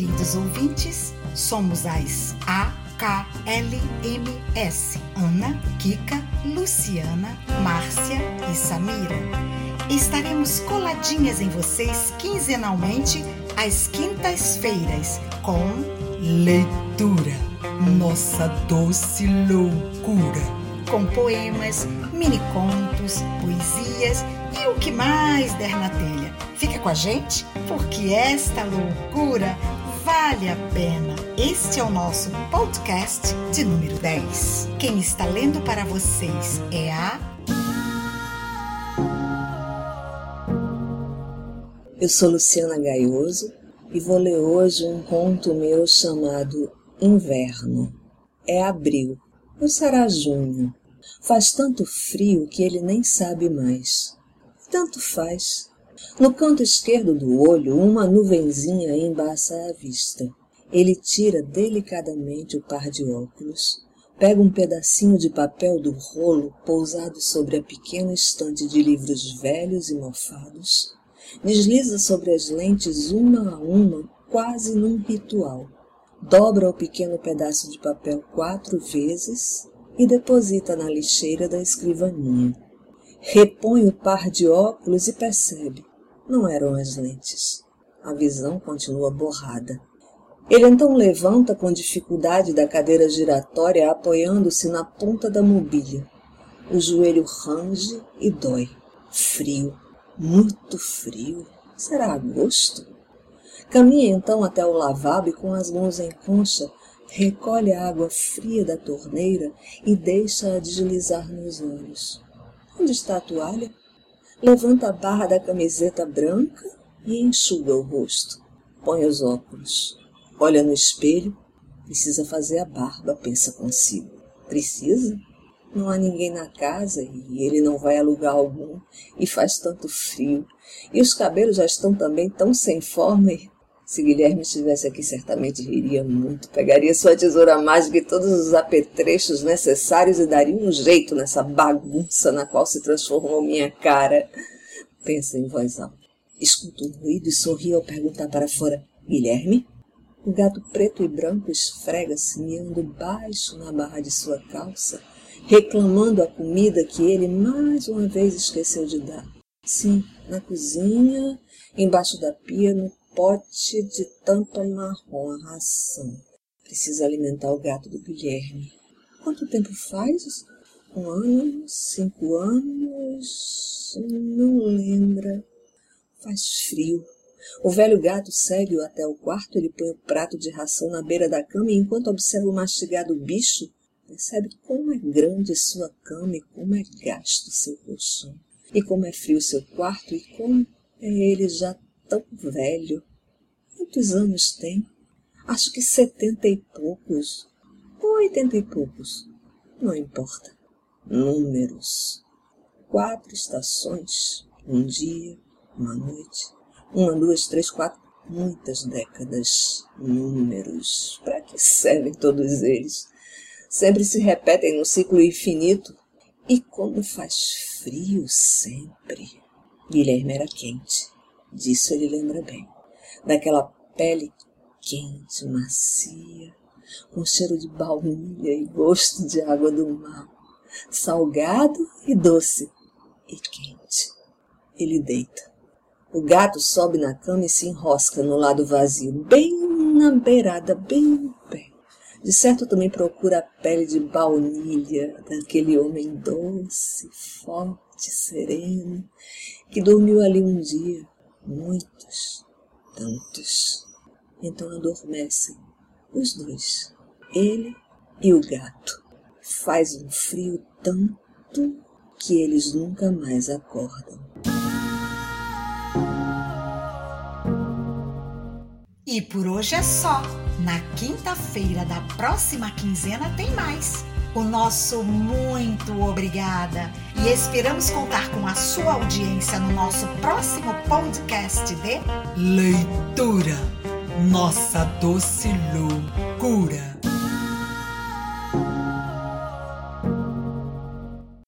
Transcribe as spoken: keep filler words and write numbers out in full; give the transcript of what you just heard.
queridos ouvintes, somos as A K L M S, Ana, Kika, Luciana, Márcia e Samira. Estaremos coladinhas em vocês quinzenalmente às quintas-feiras com leitura, nossa doce loucura, com poemas, mini-contos, poesias e o que mais der na telha. Fica com a gente, porque esta loucura vale a pena. Este é o nosso podcast de número dez. Quem está lendo para vocês é a... Eu sou Luciana Gaioso e vou ler hoje um conto meu chamado Inverno. É abril, ou será junho. Faz tanto frio que ele nem sabe mais. Tanto faz. No canto esquerdo do olho, uma nuvenzinha embaça a vista. Ele tira delicadamente o par de óculos, pega um pedacinho de papel do rolo pousado sobre a pequena estante de livros velhos e mofados, desliza sobre as lentes uma a uma, quase num ritual. Dobra o pequeno pedaço de papel quatro vezes e deposita na lixeira da escrivaninha. Repõe o par de óculos e percebe. Não eram as lentes. A visão continua borrada. Ele então levanta com dificuldade da cadeira giratória, apoiando-se na ponta da mobília. O joelho range e dói. Frio. Muito frio. Será agosto? Caminha então até o lavabo e, com as mãos em concha, recolhe a água fria da torneira e deixa-a deslizar nos olhos. Onde está a toalha? Levanta a barra da camiseta branca e enxuga o rosto. Põe os óculos. Olha no espelho. Precisa fazer a barba, pensa consigo. Precisa? Não há ninguém na casa e ele não vai alugar algum. E faz tanto frio. E os cabelos já estão também tão sem forma. E... se Guilherme estivesse aqui, certamente riria muito. Pegaria sua tesoura mágica e todos os apetrechos necessários e daria um jeito nessa bagunça na qual se transformou minha cara. Pensa em voz alta. Escuta um ruído e sorri ao perguntar para fora. Guilherme? O gato preto e branco esfrega-se, miando baixo na barra de sua calça, reclamando a comida que ele mais uma vez esqueceu de dar. Sim, na cozinha, embaixo da pia, no pote de tampa marrom, a ração. Precisa alimentar o gato do Guilherme. Quanto tempo faz? Um ano? Cinco anos? Não lembra. Faz frio. O velho gato segue-o até o quarto. Ele põe o prato de ração na beira da cama e, enquanto observa o mastigado bicho, percebe como é grande sua cama e como é gasto seu colchão. E como é frio seu quarto e como é ele já tão velho. Quantos anos tem? Acho que setenta e poucos. Ou oitenta e poucos. Não importa. Números. Quatro estações. Um dia, uma noite. Uma, duas, três, quatro. Muitas décadas. Números. Para que servem todos eles? Sempre se repetem no ciclo infinito. E como faz frio sempre. Guilherme era quente. Disso ele lembra bem. Daquela pele quente, macia, com cheiro de baunilha e gosto de água do mar. Salgado e doce. E quente. Ele deita. O gato sobe na cama e se enrosca no lado vazio, bem na beirada, bem no pé. De certo também procura a pele de baunilha daquele homem doce, forte, sereno, que dormiu ali um dia. Muitos, tantos. Então adormecem os dois, ele e o gato. Faz um frio tanto que eles nunca mais acordam. E por hoje é só. Na quinta-feira da próxima quinzena tem mais. O nosso muito obrigada e esperamos contar com a sua audiência no nosso próximo podcast de Leitura, nossa doce loucura.